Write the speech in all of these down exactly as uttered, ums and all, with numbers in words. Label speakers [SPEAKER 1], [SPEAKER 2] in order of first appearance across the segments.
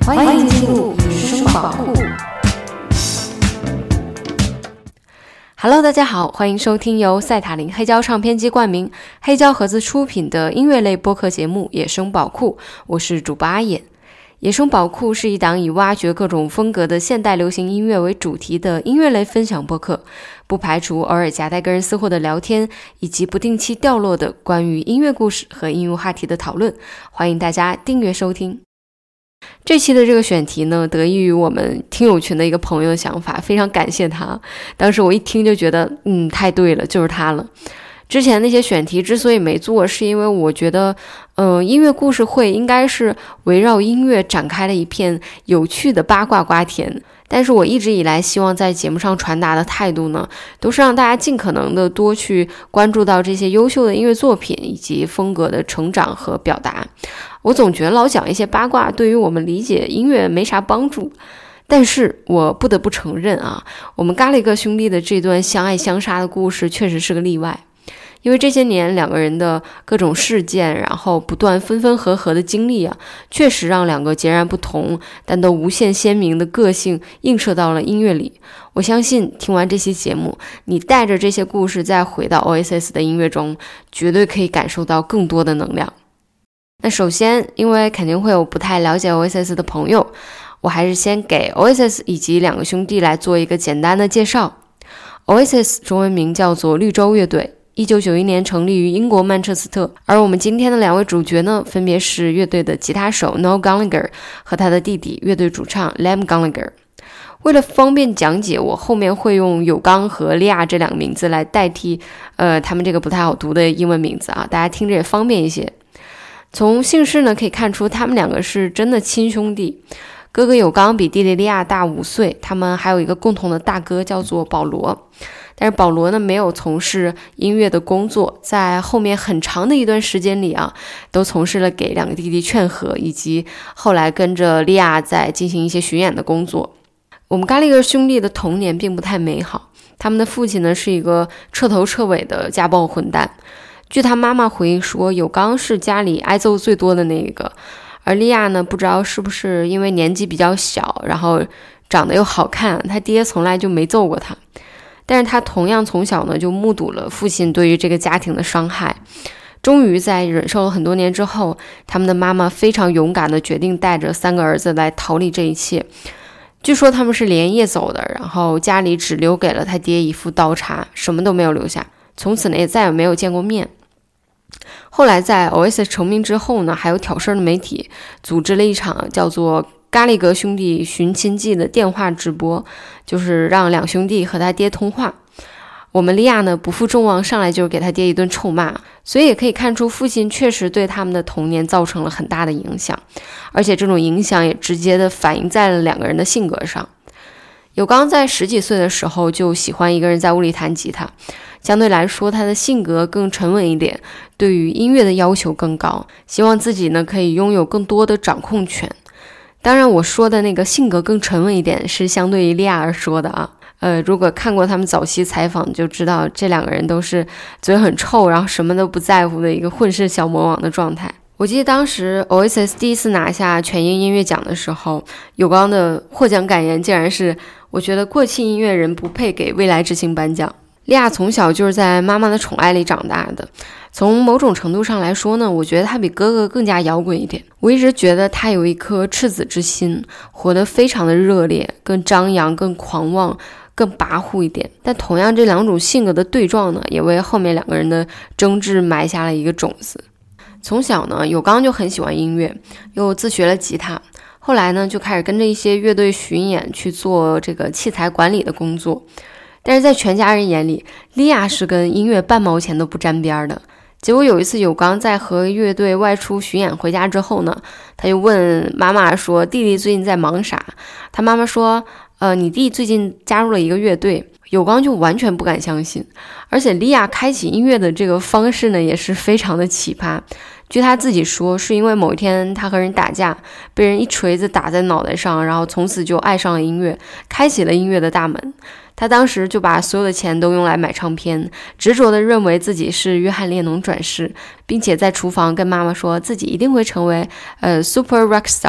[SPEAKER 1] 欢迎进入野生宝库。Hello， 大家好，欢迎收听由赛塔林黑胶唱片机冠名、黑胶盒子出品的音乐类播客节目《野生宝库》，我是主播阿野。野生宝库是一档以挖掘各种风格的现代流行音乐为主题的音乐类分享播客，不排除偶尔夹带个人私货的聊天，以及不定期掉落的关于音乐故事和音乐话题的讨论，欢迎大家订阅收听。这期的这个选题呢，得益于我们听友群的一个朋友的想法，非常感谢他。当时我一听就觉得，嗯，太对了，就是他了。之前那些选题之所以没做，是因为我觉得，嗯、呃，音乐故事会应该是围绕音乐展开了一片有趣的八卦瓜田。但是我一直以来希望在节目上传达的态度呢，都是让大家尽可能的多去关注到这些优秀的音乐作品以及风格的成长和表达。我总觉得老讲一些八卦对于我们理解音乐没啥帮助，但是我不得不承认啊，我们咖喱哥兄弟的这段相爱相杀的故事确实是个例外。因为这些年两个人的各种事件，然后不断分分合合的经历啊，确实让两个截然不同但都无限鲜明的个性映射到了音乐里。我相信听完这期节目，你带着这些故事再回到 Oasis 的音乐中，绝对可以感受到更多的能量。那首先，因为肯定会有不太了解 Oasis 的朋友，我还是先给 Oasis 以及两个兄弟来做一个简单的介绍。Oasis 中文名叫做绿洲乐队，一九九一年成立于英国曼彻斯特，而我们今天的两位主角呢，分别是乐队的吉他手 Noel Gallagher 和他的弟弟乐队主唱 Liam Gallagher。为了方便讲解，我后面会用有刚和利亚这两个名字来代替呃他们这个不太好读的英文名字啊，大家听着也方便一些。从姓氏呢可以看出，他们两个是真的亲兄弟。哥哥有刚比弟弟利亚大五岁，他们还有一个共同的大哥叫做保罗。但是保罗呢没有从事音乐的工作，在后面很长的一段时间里啊，都从事了给两个弟弟劝和，以及后来跟着利亚在进行一些巡演的工作。我们咖喱哥兄弟的童年并不太美好，他们的父亲呢是一个彻头彻尾的家暴混蛋。据他妈妈回忆说，有刚是家里挨揍最多的那一个，而利亚呢不知道是不是因为年纪比较小，然后长得又好看，他爹从来就没揍过他。但是他同样从小呢就目睹了父亲对于这个家庭的伤害，终于在忍受了很多年之后，他们的妈妈非常勇敢的决定带着三个儿子来逃离这一切。据说他们是连夜走的，然后家里只留给了他爹一副刀叉，什么都没有留下，从此呢也再也没有见过面。后来在 Oasis 成名之后呢，还有挑事儿的媒体组织了一场叫做咖喱哥兄弟寻亲记的电话直播，就是让两兄弟和他爹通话。我们利亚呢不负众望，上来就给他爹一顿臭骂，所以也可以看出父亲确实对他们的童年造成了很大的影响，而且这种影响也直接的反映在了两个人的性格上。有刚在十几岁的时候就喜欢一个人在屋里弹吉他，相对来说他的性格更沉稳一点，对于音乐的要求更高，希望自己呢可以拥有更多的掌控权。当然我说的那个性格更沉稳一点是相对于利亚而说的啊。呃，如果看过他们早期采访就知道，这两个人都是嘴很臭，然后什么都不在乎的一个混世小魔王的状态。我记得当时 Oasis 第一次拿下全英音乐奖的时候，有刚的获奖感言竟然是，我觉得过气音乐人不配给未来之星颁奖。利亚从小就是在妈妈的宠爱里长大的，从某种程度上来说呢，我觉得他比哥哥更加摇滚一点。我一直觉得他有一颗赤子之心，活得非常的热烈，更张扬，更狂妄，更跋扈一点。但同样这两种性格的对撞呢，也为后面两个人的争执埋下了一个种子。从小呢，有刚就很喜欢音乐，又自学了吉他，后来呢就开始跟着一些乐队巡演去做这个器材管理的工作。但是在全家人眼里，利亚是跟音乐半毛钱都不沾边的。结果有一次有刚在和乐队外出巡演回家之后呢，他就问妈妈说弟弟最近在忙啥。他妈妈说呃，你弟最近加入了一个乐队。有刚就完全不敢相信，而且利亚开启音乐的这个方式呢也是非常的奇葩。据他自己说，是因为某一天他和人打架，被人一锤子打在脑袋上，然后从此就爱上了音乐，开启了音乐的大门。他当时就把所有的钱都用来买唱片，执着地认为自己是约翰列侬转世，并且在厨房跟妈妈说自己一定会成为呃 super rock star，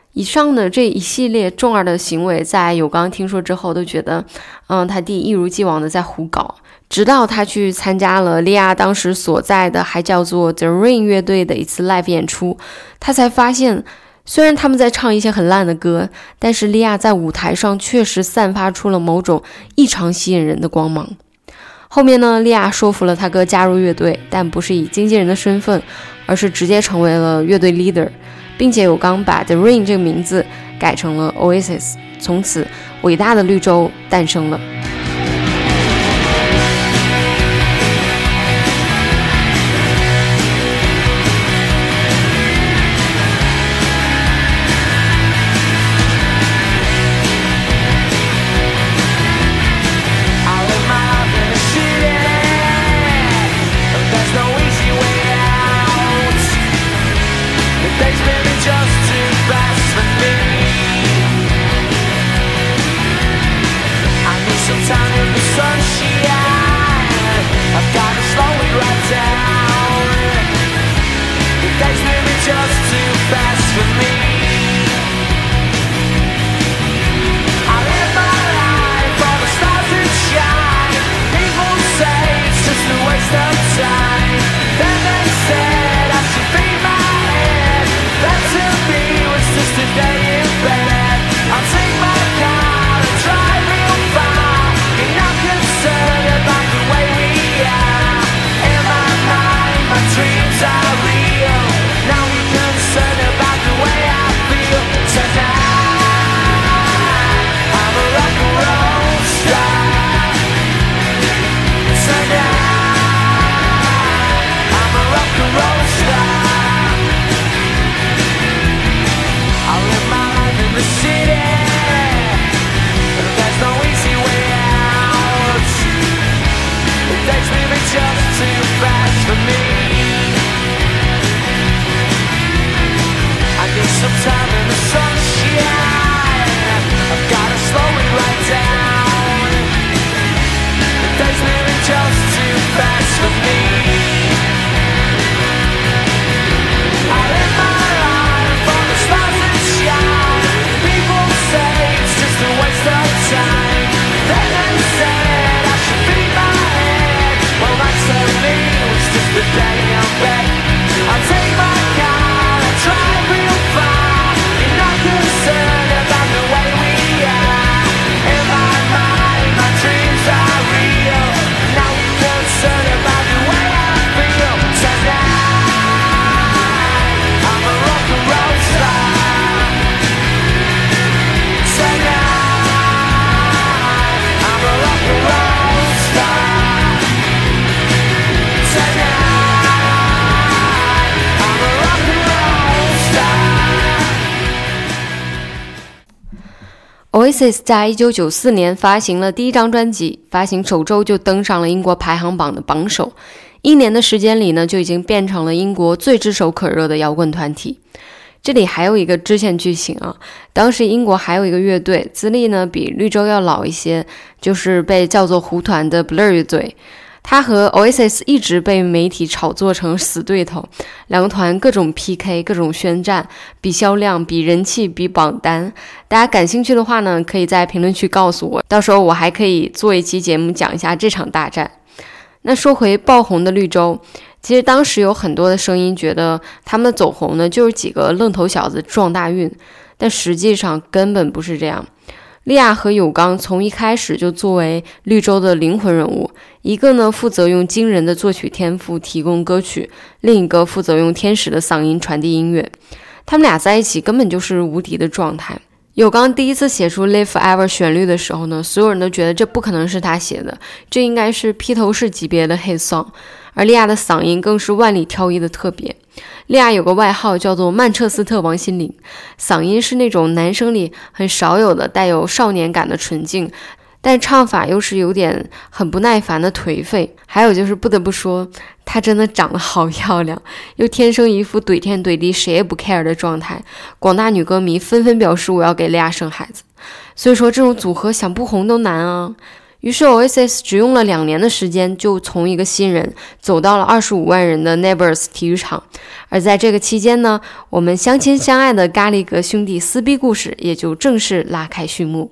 [SPEAKER 1] 以上的这一系列重要的行为，在有刚听说之后都觉得，嗯，他弟一如既往的在胡搞。直到他去参加了莉亚当时所在的还叫做 The Rain 乐队的一次 live 演出，他才发现，虽然他们在唱一些很烂的歌，但是莉亚在舞台上确实散发出了某种异常吸引人的光芒。后面呢，莉亚说服了他哥加入乐队，但不是以经纪人的身份，而是直接成为了乐队 leader， 并且有刚把 The Rain 这个名字改成了 Oasis， 从此伟大的绿洲诞生了。Oasis 在一九九四年发行了第一张专辑，发行首周就登上了英国排行榜的榜首，一年的时间里呢，就已经变成了英国最炙手可热的摇滚团体。这里还有一个支线剧情啊，当时英国还有一个乐队，资历呢比绿洲要老一些，就是被叫做胡团的 Blur 乐队。他和 Oasis 一直被媒体炒作成死对头，两个团各种 P K， 各种宣战，比销量，比人气，比榜单。大家感兴趣的话呢，可以在评论区告诉我，到时候我还可以做一期节目讲一下这场大战。那说回爆红的绿洲，其实当时有很多的声音觉得他们走红呢就是几个愣头小子撞大运，但实际上根本不是这样。莉亚和有刚从一开始就作为绿洲的灵魂人物，一个呢负责用惊人的作曲天赋提供歌曲，另一个负责用天使的嗓音传递音乐。他们俩在一起根本就是无敌的状态。有刚第一次写出 Live Forever 旋律的时候呢，所有人都觉得这不可能是他写的，这应该是披头士级别的 hit song。而莉亚的嗓音更是万里挑一的特别。莉亚有个外号叫做曼彻斯特王心凌，嗓音是那种男生里很少有的带有少年感的纯净，但唱法又是有点很不耐烦的颓废。还有就是不得不说，她真的长得好漂亮，又天生一副怼天怼地谁也不 care 的状态，广大女歌迷纷纷表示我要给莉亚生孩子。所以说这种组合想不红都难啊。 于是 Oasis 只用了两年的时间，就从一个新人走到了二十五万人的 Neighbors 体育场。而在这个期间呢，我们相亲相爱的咖喱格兄弟撕逼故事也就正式拉开序幕。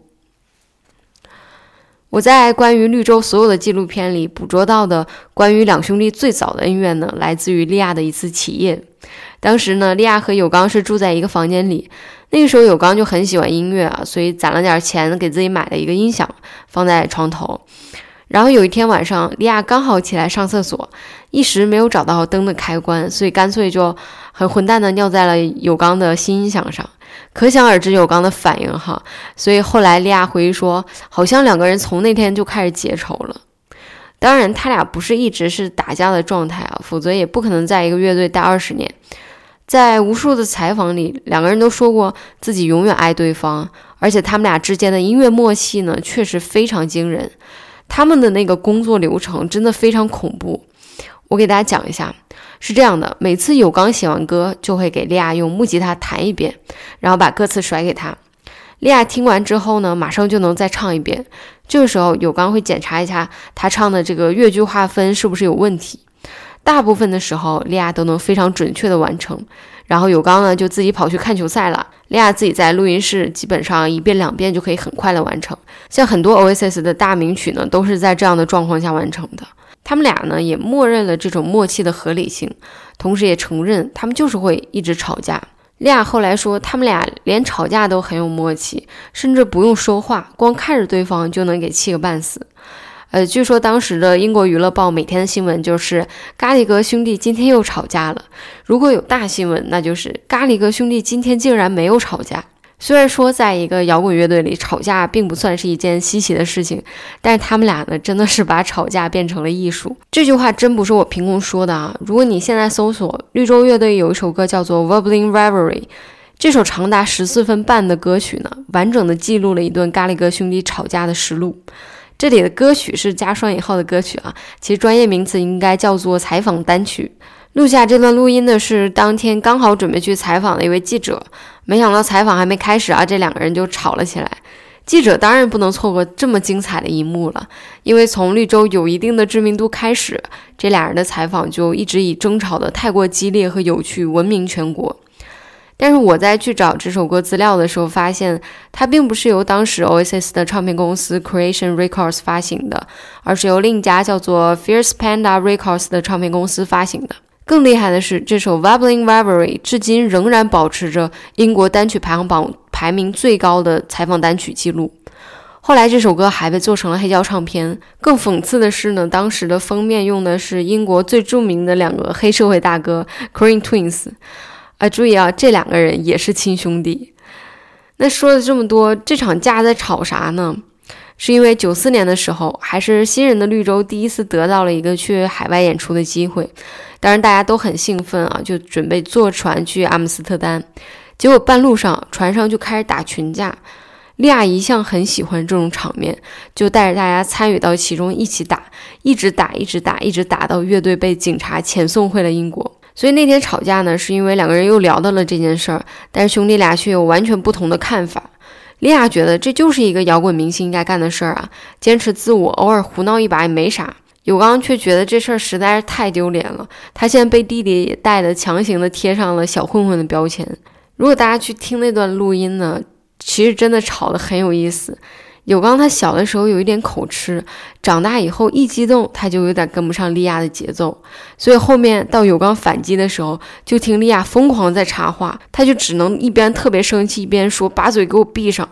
[SPEAKER 1] 我在关于绿洲所有的纪录片里捕捉到的关于两兄弟最早的恩怨呢，来自于利亚的一次起夜。当时呢，利亚和有刚是住在一个房间里，那个时候有刚就很喜欢音乐啊，所以攒了点钱给自己买了一个音响放在床头。然后有一天晚上，利亚刚好起来上厕所，一时没有找到灯的开关，所以干脆就很混蛋的尿在了有刚的新音响上。可想而知有刚的反应哈，所以后来利亚回忆说，好像两个人从那天就开始结仇了。当然他俩不是一直是打架的状态啊，否则也不可能在一个乐队待二十年。在无数的采访里，两个人都说过自己永远爱对方，而且他们俩之间的音乐默契呢，确实非常惊人。他们的那个工作流程真的非常恐怖。我给大家讲一下，是这样的，每次有刚写完歌，就会给利亚用木吉他弹一遍，然后把歌词甩给他。利亚听完之后呢，马上就能再唱一遍。这个时候有刚会检查一下他唱的这个乐句划分是不是有问题。大部分的时候利亚都能非常准确的完成，然后有刚呢就自己跑去看球赛了，利亚自己在录音室基本上一遍两遍就可以很快的完成。像很多 Oasis 的大名曲呢，都是在这样的状况下完成的。他们俩呢也默认了这种默契的合理性，同时也承认他们就是会一直吵架。利亚后来说，他们俩连吵架都很有默契，甚至不用说话，光看着对方就能给气个半死。呃，据说当时的英国娱乐报每天的新闻就是咖喱格兄弟今天又吵架了，如果有大新闻，那就是咖喱格兄弟今天竟然没有吵架。虽然说在一个摇滚乐队里吵架并不算是一件稀奇的事情，但是他们俩呢真的是把吵架变成了艺术。这句话真不是我凭空说的啊！如果你现在搜索绿洲乐队有一首歌叫做 Wobbling Reverie， 这首长达十四分半的歌曲呢，完整的记录了一段咖喱格兄弟吵架的实录。这里的歌曲是加双引号的歌曲啊，其实专业名词应该叫做采访单曲。录下这段录音的是当天刚好准备去采访的一位记者，没想到采访还没开始啊，这两个人就吵了起来。记者当然不能错过这么精彩的一幕了，因为从绿洲有一定的知名度开始，这俩人的采访就一直以争吵的太过激烈和有趣闻名全国。但是我在去找这首歌资料的时候发现，它并不是由当时 Oasis 的唱片公司 Creation Records 发行的，而是由另一家叫做 Fierce Panda Records 的唱片公司发行的。更厉害的是，这首 Wobbling Reverie 至今仍然保持着英国单曲排行榜排名最高的采访单曲记录。后来这首歌还被做成了黑胶唱片。更讽刺的是呢，当时的封面用的是英国最著名的两个黑社会大哥 Cream Twins。啊，注意啊，这两个人也是亲兄弟。那说了这么多，这场架在吵啥呢？是因为九四年的时候，还是新人的绿洲第一次得到了一个去海外演出的机会。当然大家都很兴奋啊，就准备坐船去阿姆斯特丹。结果半路上，船上就开始打群架。利亚一向很喜欢这种场面，就带着大家参与到其中，一起打，一直打，一直打，一直打到乐队被警察遣送回了英国。所以那天吵架呢，是因为两个人又聊到了这件事儿，但是兄弟俩却有完全不同的看法。利亚觉得这就是一个摇滚明星应该干的事儿啊，坚持自我，偶尔胡闹一把也没啥。有刚却觉得这事儿实在是太丢脸了，他现在被弟弟也带的强行的贴上了小混混的标签。如果大家去听那段录音呢，其实真的吵得很有意思。有刚他小的时候有一点口吃，长大以后一激动他就有点跟不上利亚的节奏，所以后面到有刚反击的时候，就听利亚疯狂在插话，他就只能一边特别生气一边说把嘴给我闭上。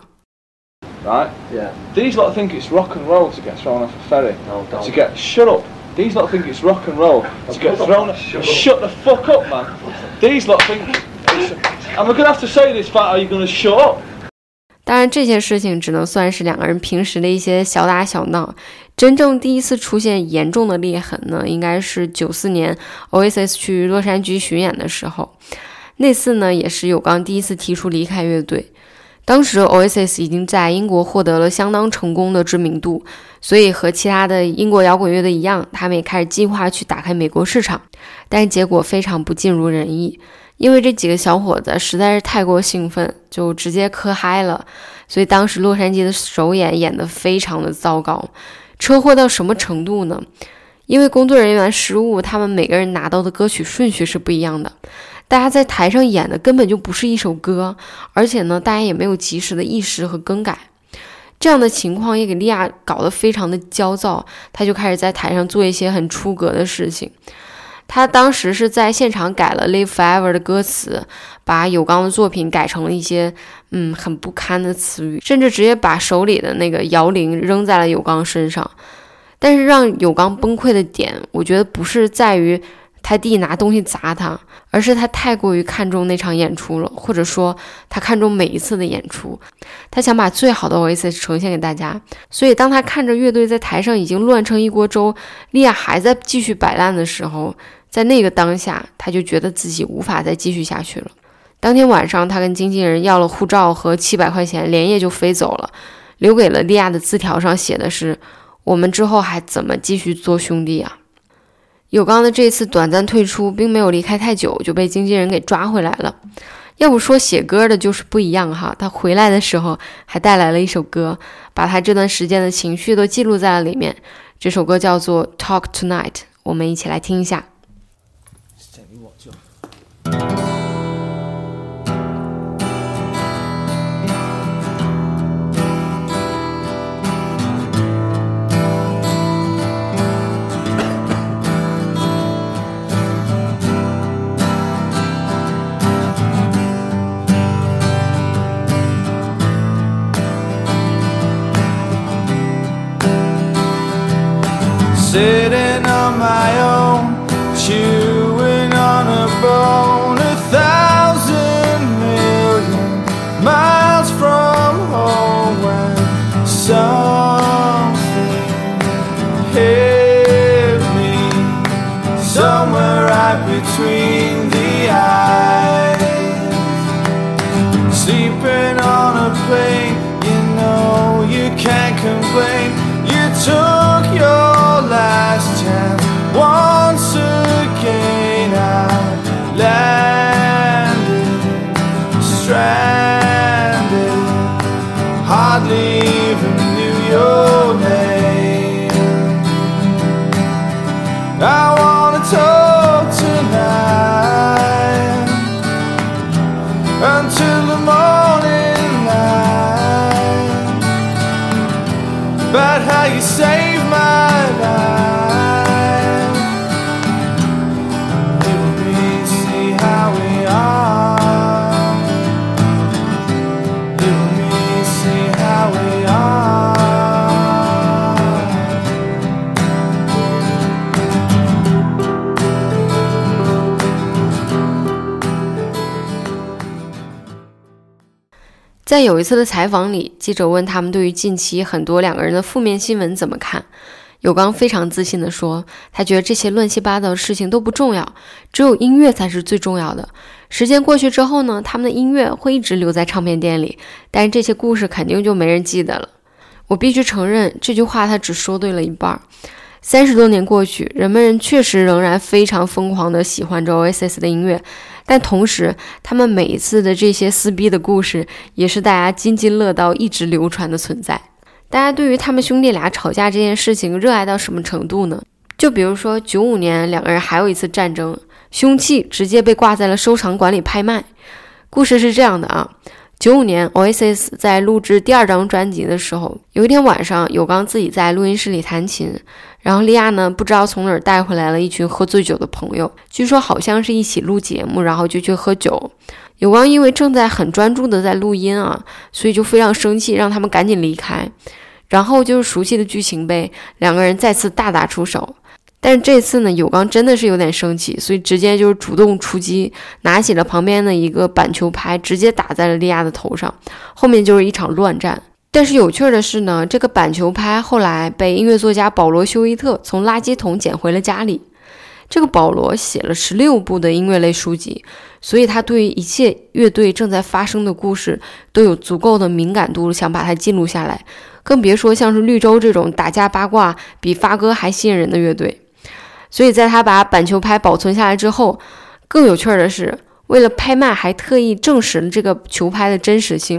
[SPEAKER 2] Right?
[SPEAKER 3] Yeah.
[SPEAKER 2] These lot think it's rock and roll to get thrown off a ferry.
[SPEAKER 3] No, don't.
[SPEAKER 2] To get shut up. These lot think it's rock and roll to get thrown off.
[SPEAKER 3] Shut,
[SPEAKER 2] shut the fuck up, man. These lot think it's, and we're gonna have to say this, fat, are you gonna shut up?
[SPEAKER 1] 当然这些事情只能算是两个人平时的一些小打小闹，真正第一次出现严重的裂痕呢，应该是九四年 Oasis 去洛杉矶巡演的时候。那次呢也是有刚第一次提出离开乐队。当时 Oasis 已经在英国获得了相当成功的知名度，所以和其他的英国摇滚乐队一样，他们也开始计划去打开美国市场，但是结果非常不尽如人意。因为这几个小伙子实在是太过兴奋，就直接磕嗨了，所以当时洛杉矶的首演演得非常的糟糕。 车祸到什么程度呢？因为工作人员失误，他们每个人拿到的歌曲顺序是不一样的，大家在台上演的根本就不是一首歌，而且呢，大家也没有及时的意识和更改。这样的情况也给莉亚搞得非常的焦躁，她就开始在台上做一些很出格的事情。她当时是在现场改了 Live Forever 的歌词，把有刚的作品改成了一些嗯很不堪的词语，甚至直接把手里的那个摇铃扔在了有刚身上。但是让有刚崩溃的点，我觉得不是在于他弟拿东西砸他，而是他太过于看重那场演出了，或者说他看重每一次的演出，他想把最好的 Oasis 呈现给大家。所以当他看着乐队在台上已经乱成一锅粥，莉亚还在继续摆烂的时候，在那个当下他就觉得自己无法再继续下去了。当天晚上他跟经纪人要了护照和七百块钱，连夜就飞走了，留给了莉亚的字条上写的是，我们之后还怎么继续做兄弟啊？有刚的这次短暂退出并没有离开太久，就被经纪人给抓回来了。要不说写歌的就是不一样哈，他回来的时候还带来了一首歌，把他这段时间的情绪都记录在了里面。这首歌叫做 Talk Tonight， 我们一起来听一下。
[SPEAKER 3] Sitting on my own, chewing on a bone, a thousand million miles from home, when something hit me somewhere right between the eyes. Sleeping on a plane, you know you can't complain. You took your last chance once again. I landed stranded, hardly even knew your name. I wanna talk tonight until the morning light, about how you saved my life. Let me see how we are. Let me see how we are.
[SPEAKER 1] 在有一次的采访里，记者问他们对于近期很多两个人的负面新闻怎么看。有刚非常自信地说，他觉得这些乱七八糟的事情都不重要，只有音乐才是最重要的。时间过去之后呢，他们的音乐会一直留在唱片店里，但是这些故事肯定就没人记得了。我必须承认，这句话他只说对了一半。三十多年过去，人们确实仍然非常疯狂地喜欢着 Oasis 的音乐，但同时他们每一次的这些撕逼的故事也是大家津津乐道一直流传的存在。大家对于他们兄弟俩吵架这件事情热爱到什么程度呢？就比如说九五年两个人还有一次战争，凶器直接被挂在了收藏馆里拍卖。故事是这样的啊，九五年 Oasis 在录制第二张专辑的时候，有一天晚上有刚自己在录音室里弹琴，然后莉亚呢不知道从哪儿带回来了一群喝醉酒的朋友，据说好像是一起录节目，然后就去喝酒。有刚因为正在很专注的在录音啊，所以就非常生气，让他们赶紧离开。然后就是熟悉的剧情呗，两个人再次大打出手。但是这次呢，有刚真的是有点生气，所以直接就是主动出击，拿起了旁边的一个板球拍，直接打在了莉亚的头上。后面就是一场乱战。但是有趣的是呢，这个板球拍后来被音乐作家保罗·休伊特从垃圾桶捡回了家里。这个保罗写了十六部的音乐类书籍，所以他对于一切乐队正在发生的故事都有足够的敏感度，想把它记录下来。更别说像是绿洲这种打架八卦比发哥还吸引人的乐队。所以在他把板球拍保存下来之后，更有趣的是，为了拍卖还特意证实了这个球拍的真实性。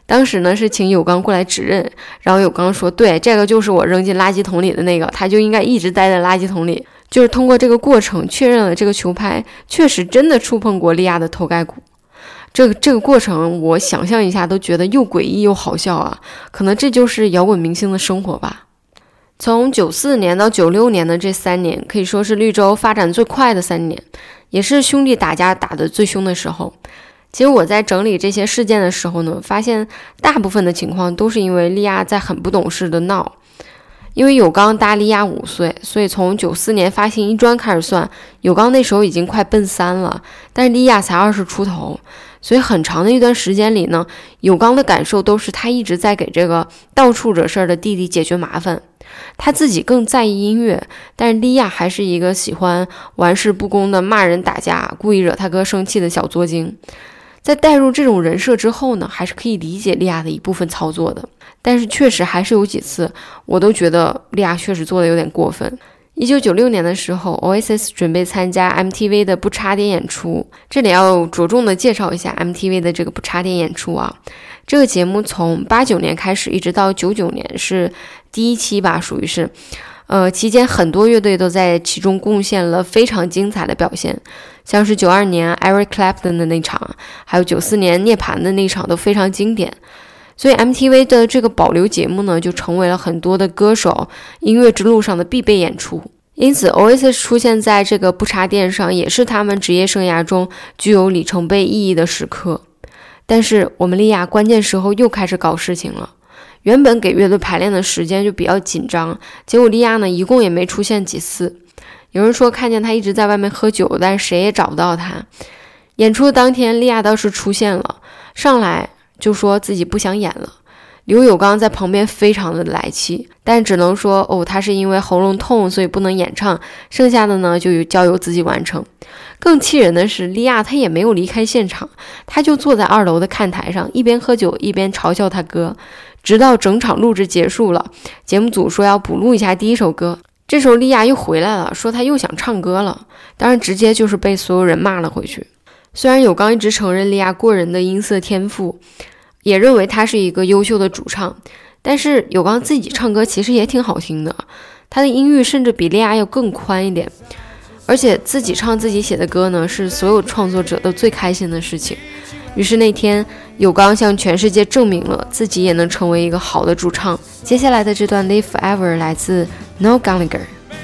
[SPEAKER 1] 当时呢是请有刚过来指认，然后有刚说，对，这个就是我扔进垃圾桶里的那个，他就应该一直待在垃圾桶里。就是通过这个过程确认了这个球拍确实真的触碰过利亚的头盖骨。这个这个过程我想象一下都觉得又诡异又好笑啊，可能这就是摇滚明星的生活吧。从九四年到九六年的这三年可以说是绿洲发展最快的三年，也是兄弟打架打得最凶的时候。其实我在整理这些事件的时候呢，发现大部分的情况都是因为利亚在很不懂事的闹。因为有刚大利亚五岁，所以从九四年发行一专开始算，有刚那时候已经快奔三了，但是利亚才二十出头，所以很长的一段时间里呢，有刚的感受都是他一直在给这个到处惹事儿的弟弟解决麻烦，他自己更在意音乐，但是利亚还是一个喜欢玩世不恭的骂人打架，故意惹他哥生气的小作精。在带入这种人设之后呢，还是可以理解利亚的一部分操作的，但是确实还是有几次我都觉得利亚确实做的有点过分。一九九六年的时候 Oasis 准备参加 M T V 的不插电演出，这里要着重的介绍一下 M T V 的这个不插电演出啊。这个节目从八九年开始一直到九九年是第一期吧，属于是呃，期间很多乐队都在其中贡献了非常精彩的表现，像是九二年 Eric Clapton 的那场，还有九四年涅槃的那场都非常经典。所以 M T V 的这个保留节目呢，就成为了很多的歌手音乐之路上的必备演出。因此 Oasis 出现在这个不插电上，也是他们职业生涯中具有里程碑意义的时刻。但是我们利亚关键时候又开始搞事情了。原本给乐队排练的时间就比较紧张，结果利亚呢一共也没出现几次。有人说看见他一直在外面喝酒，但是谁也找不到他。演出当天利亚倒是出现了，上来就说自己不想演了。刘友刚在旁边非常的来气，但只能说哦，他是因为喉咙痛所以不能演唱，剩下的呢就交由自己完成。更气人的是利亚他也没有离开现场，他就坐在二楼的看台上，一边喝酒一边嘲笑他哥，直到整场录制结束了，节目组说要补录一下第一首歌，这时候利亚又回来了，说他又想唱歌了，当然直接就是被所有人骂了回去。虽然有刚一直承认利亚过人的音色天赋，也认为他是一个优秀的主唱，但是有刚自己唱歌其实也挺好听的，他的音域甚至比利亚要更宽一点，而且自己唱自己写的歌呢，是所有创作者都最开心的事情。于是那天有刚向全世界证明了自己也能成为一个好的主唱。接下来的这段 Live Forever 来自 Noel Gallagher。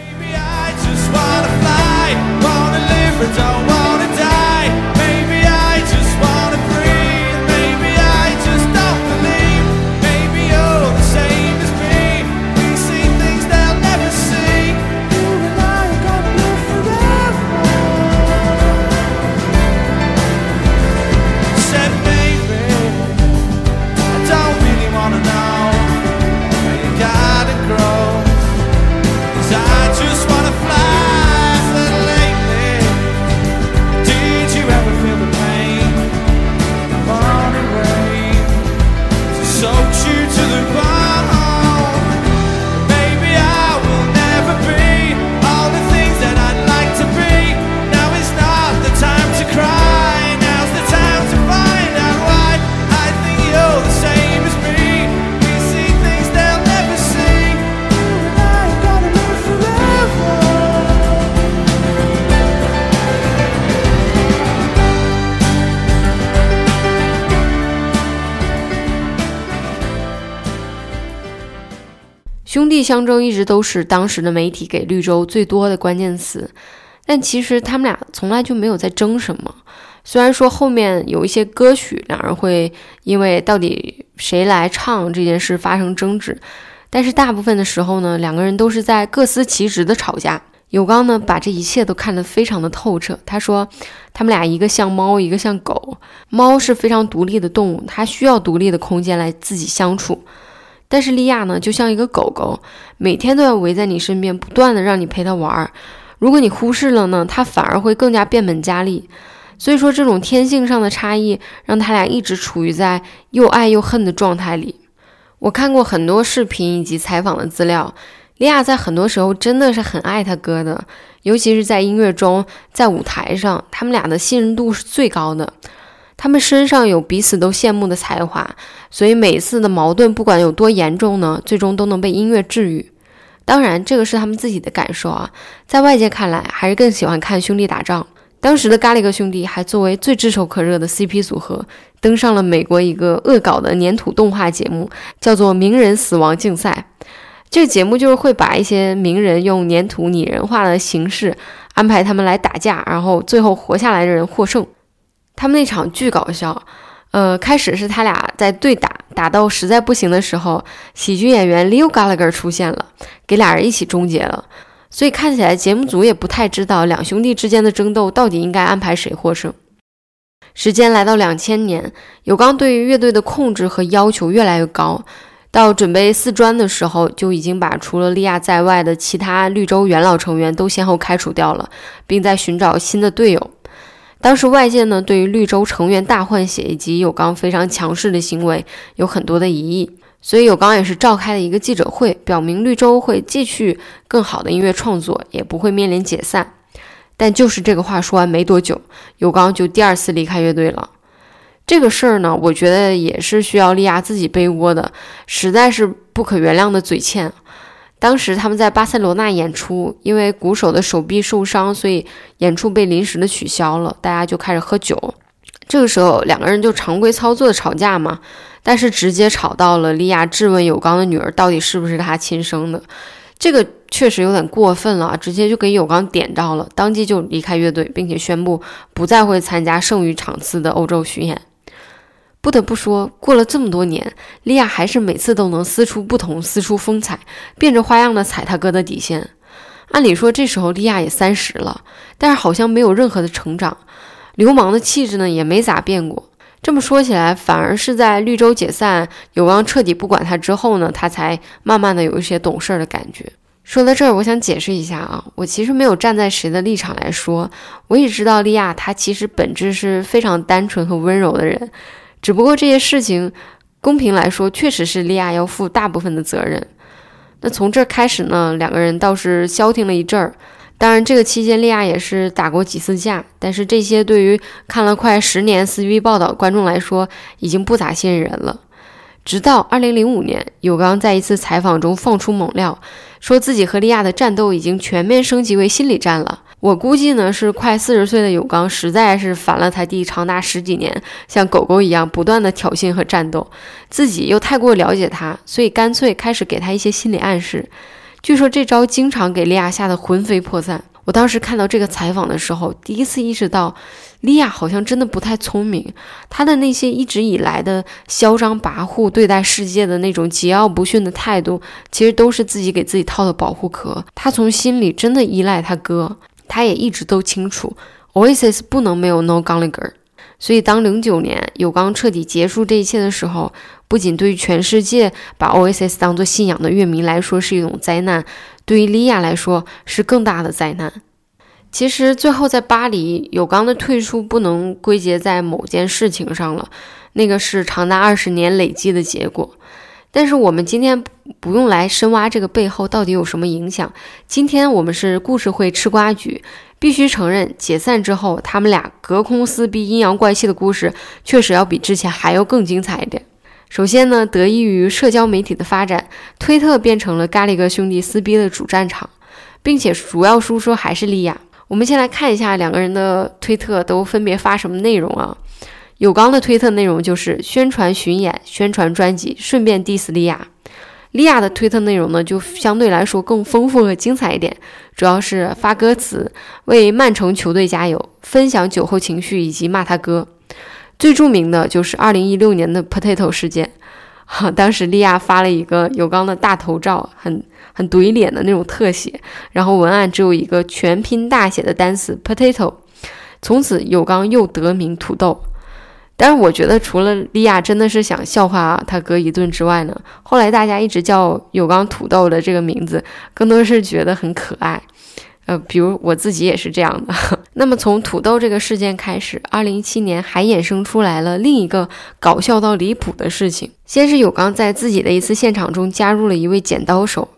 [SPEAKER 1] 兄弟相争一直都是当时的媒体给绿洲最多的关键词，但其实他们俩从来就没有在争什么。虽然说后面有一些歌曲两人会因为到底谁来唱这件事发生争执，但是大部分的时候呢，两个人都是在各司其职的吵架。有刚呢把这一切都看得非常的透彻，他说他们俩一个像猫一个像狗，猫是非常独立的动物，它需要独立的空间来自己相处，但是利亚呢就像一个狗狗，每天都要围在你身边，不断的让你陪它玩，如果你忽视了呢，它反而会更加变本加厉。所以说这种天性上的差异让他俩一直处于在又爱又恨的状态里。我看过很多视频以及采访的资料，利亚在很多时候真的是很爱他哥的，尤其是在音乐中，在舞台上，他们俩的信任度是最高的。 他们身上有彼此都羡慕的才华，所以每次的矛盾不管有多严重呢，最终都能被音乐治愈。当然这个是他们自己的感受啊，在外界看来还是更喜欢看兄弟打仗。当时的咖喱哥兄弟还作为最炙手可热的 C P 组合登上了美国一个恶搞的粘土动画节目，叫做名人死亡竞赛。这个节目就是会把一些名人用粘土拟人化的形式安排他们来打架，然后最后活下来的人获胜。他们那场巨搞笑，呃，开始是他俩在对打，打到实在不行的时候，喜剧演员 Leo Gallagher 出现了，给俩人一起终结了。所以看起来节目组也不太知道两兄弟之间的争斗到底应该安排谁获胜。时间来到两千年，有刚对于乐队的控制和要求越来越高，到准备四专的时候，就已经把除了利亚在外的其他绿洲元老成员都先后开除掉了，并在寻找新的队友。当时外界呢对于绿洲成员大换血以及有刚非常强势的行为有很多的疑义，所以有刚也是召开了一个记者会，表明绿洲会继续更好的音乐创作，也不会面临解散。但就是这个话说完没多久，有刚就第二次离开乐队了。这个事儿呢，我觉得也是需要利亚自己背锅的，实在是不可原谅的嘴欠。当时他们在巴塞罗那演出，因为鼓手的手臂受伤，所以演出被临时的取消了，大家就开始喝酒。这个时候两个人就常规操作的吵架嘛，但是直接吵到了利亚质问有刚的女儿到底是不是他亲生的，这个确实有点过分了，直接就给有刚点到了，当即就离开乐队，并且宣布不再会参加剩余场次的欧洲巡演。不得不说，过了这么多年，利亚还是每次都能撕出不同，撕出风采，变着花样的踩他哥的底线。按理说这时候利亚也三十了，但是好像没有任何的成长，流氓的气质呢也没咋变过。这么说起来，反而是在绿洲解散，有刚彻底不管他之后呢，他才慢慢的有一些懂事的感觉。说到这儿，我想解释一下啊，我其实没有站在谁的立场来说，我也知道利亚他其实本质是非常单纯和温柔的人，只不过这些事情公平来说确实是利亚要负大部分的责任。那从这开始呢，两个人倒是消停了一阵儿。当然这个期间利亚也是打过几次架，但是这些对于看了快十年 C B 报道观众来说已经不咋吸引人了。直到二零零五年，有刚在一次采访中放出猛料，说自己和利亚的战斗已经全面升级为心理战了。我估计呢是快四十岁的有刚实在是烦了他弟长达十几年像狗狗一样不断的挑衅和战斗，自己又太过了解他，所以干脆开始给他一些心理暗示。据说这招经常给利亚吓得魂飞魄散。我当时看到这个采访的时候，第一次意识到利亚好像真的不太聪明，他的那些一直以来的嚣张跋扈对待世界的那种桀骜不驯的态度，其实都是自己给自己套的保护壳。他从心里真的依赖他哥，他也一直都清楚 Oasis 不能没有 Noel Gallagher。 所以当零九年有刚彻底结束这一切的时候，不仅对于全世界把 Oasis 当作信仰的乐迷来说是一种灾难，对于利亚来说是更大的灾难。其实最后在巴黎，有刚的退出不能归结在某件事情上了，那个是长达二十年累积的结果。但是我们今天不用来深挖这个背后到底有什么影响，今天我们是故事会吃瓜局，必须承认解散之后他们俩隔空撕逼阴阳怪气的故事确实要比之前还要更精彩一点。首先呢，得益于社交媒体的发展，推特变成了咖喱哥兄弟撕逼的主战场，并且主要输出还是利亚。我们先来看一下两个人的推特都分别发什么内容啊。有刚的推特内容就是宣传巡演、宣传专辑，顺便 diss 利亚。利亚的推特内容呢就相对来说更丰富和精彩一点，主要是发歌词，为曼城球队加油，分享酒后情绪以及骂他哥。最著名的就是二零一六年的 Potato 事件，当时利亚发了一个有刚的大头照，很很怼脸的那种特写，然后文案只有一个全拼大写的单词 Potato， 从此有刚又得名土豆。但是我觉得除了利亚真的是想笑话他哥一顿之外呢，后来大家一直叫有刚土豆的这个名字更多是觉得很可爱，呃，比如我自己也是这样的。那么从土豆这个事件开始，二零一七年还衍生出来了另一个搞笑到离谱的事情。先是有刚在自己的一次现场中加入了一位剪刀手，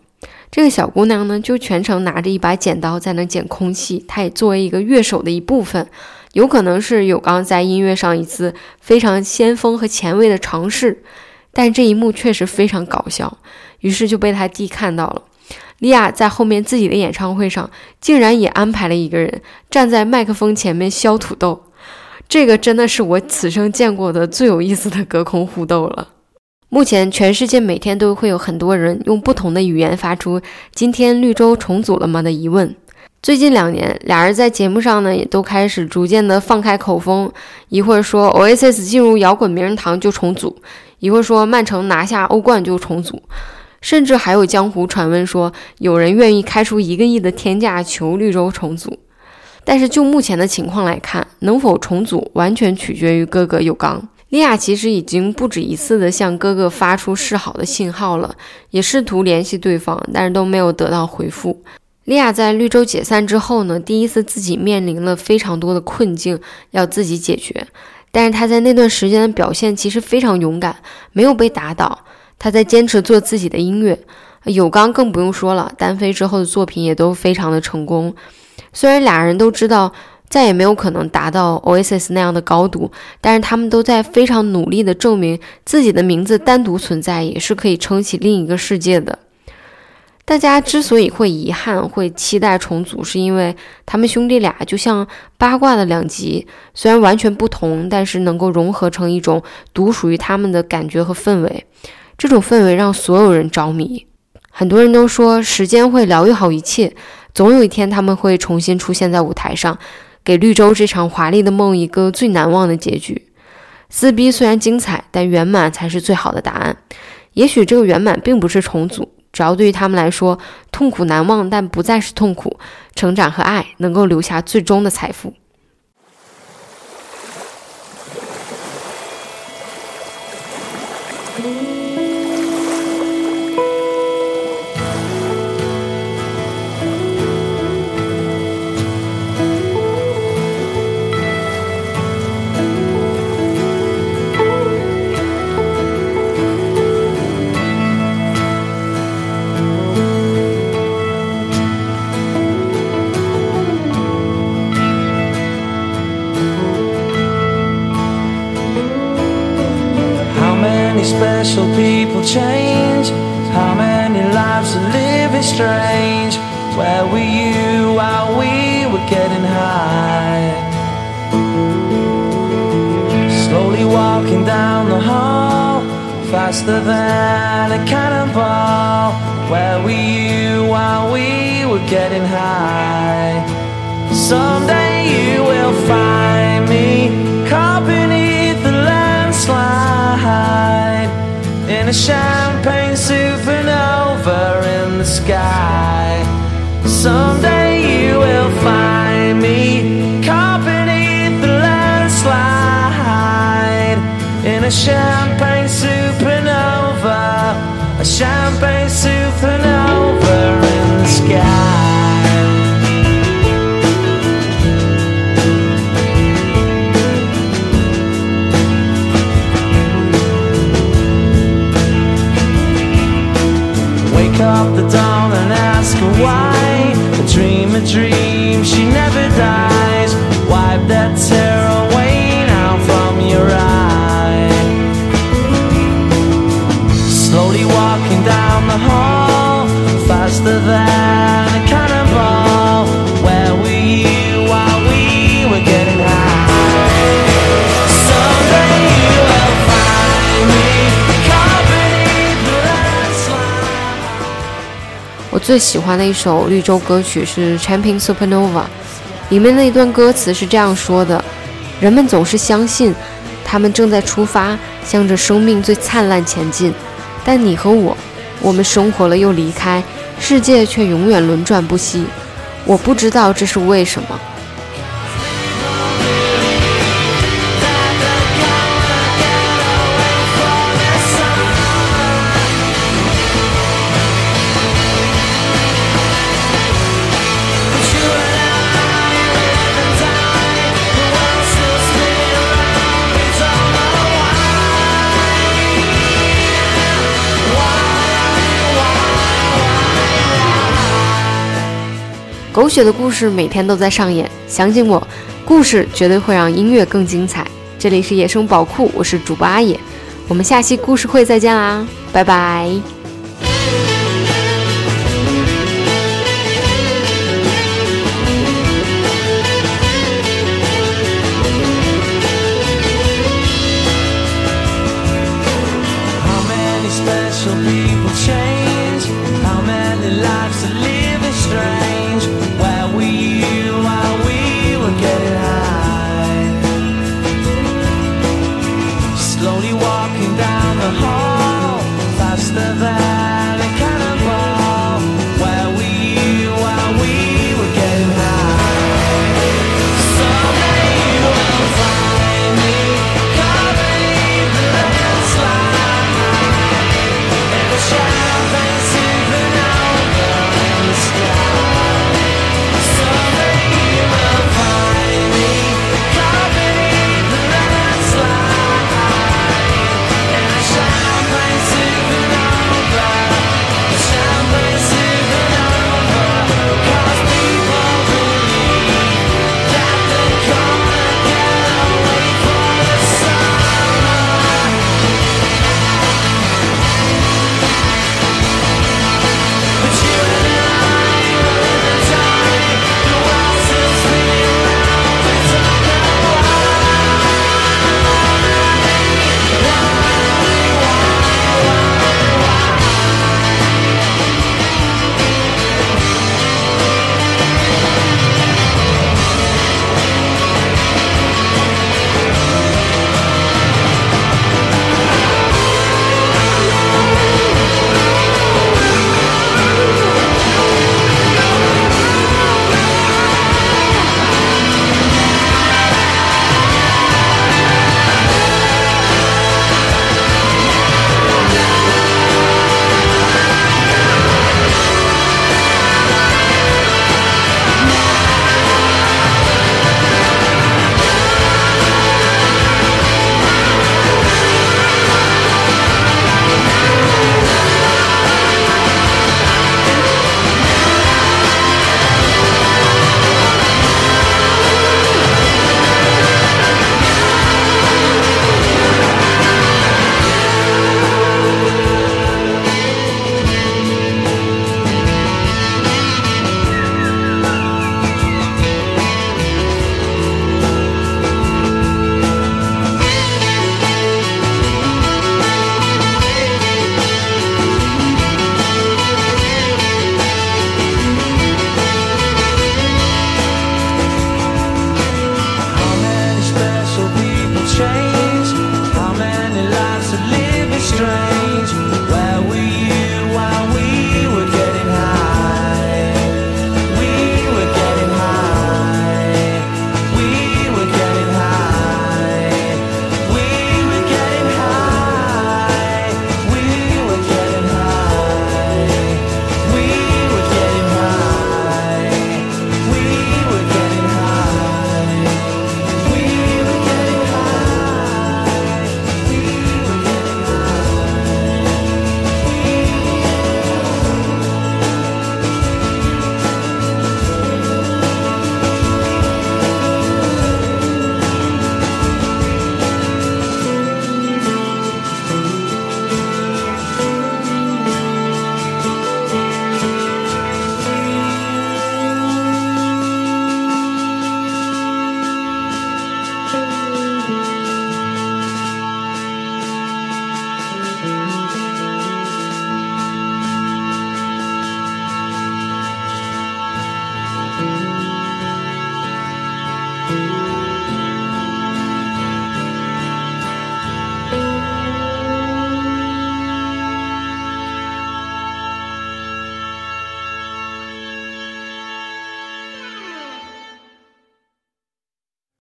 [SPEAKER 1] 这个小姑娘呢，就全程拿着一把剪刀在那剪空气，她也作为一个乐手的一部分，有可能是有刚在音乐上一次非常先锋和前卫的尝试，但这一幕确实非常搞笑，于是就被她弟看到了。莉亚在后面自己的演唱会上，竟然也安排了一个人站在麦克风前面削土豆，这个真的是我此生见过的最有意思的隔空互斗了。目前全世界每天都会有很多人用不同的语言发出今天绿洲重组了吗的疑问。最近两年，俩人在节目上呢也都开始逐渐的放开口风，一会儿说 Oasis 进入摇滚名人堂就重组，一会儿说曼城拿下欧冠就重组，甚至还有江湖传闻说有人愿意开出一个亿的天价求绿洲重组。但是就目前的情况来看，能否重组完全取决于哥哥有刚。莉亚其实已经不止一次的向哥哥发出示好的信号了，也试图联系对方，但是都没有得到回复。莉亚在绿洲解散之后呢，第一次自己面临了非常多的困境要自己解决，但是她在那段时间的表现其实非常勇敢，没有被打倒。她在坚持做自己的音乐，有刚更不用说了，单飞之后的作品也都非常的成功。虽然俩人都知道再也没有可能达到 Oasis 那样的高度，但是他们都在非常努力的证明自己的名字单独存在也是可以撑起另一个世界的。大家之所以会遗憾会期待重组，是因为他们兄弟俩就像八卦的两极，虽然完全不同，但是能够融合成一种独属于他们的感觉和氛围，这种氛围让所有人着迷。很多人都说时间会疗愈好一切，总有一天他们会重新出现在舞台上，给绿洲这场华丽的梦一个最难忘的结局。撕逼虽然精彩，但圆满才是最好的答案。也许这个圆满并不是重组，只要对于他们来说，痛苦难忘但不再是痛苦，成长和爱能够留下最终的财富。
[SPEAKER 3] Special people change. How many lives are living strange? Where were you while we were getting high? Slowly walking down the hall, faster than a cannonball. Where were you while we were getting high? Someday you will find me caught beneath the landslide, in a champagne supernova in the sky. Someday you will find me caught beneath the landslide, in a champagne supernova, a champagne supernova in the sky. Up the dawn and ask her why. A dream, a dream, she never dies. Wipe that tear away now from your eye. Slowly walking down the hall, faster than a cannonball. Where were you while we were getting high? Someday you will find me caught beneath the landslide.
[SPEAKER 1] 我最喜欢的一首绿洲歌曲是 Champagne Supernova， 里面的一段歌词是这样说的：人们总是相信他们正在出发，向着生命最灿烂前进，但你和我，我们生活了又离开，世界却永远轮转不息。我不知道这是为什么。 狗血的故事每天都在上演，相信我，故事绝对会让音乐更精彩。这里是野生宝库，我是主播阿野，我们下期故事会再见啦，拜拜。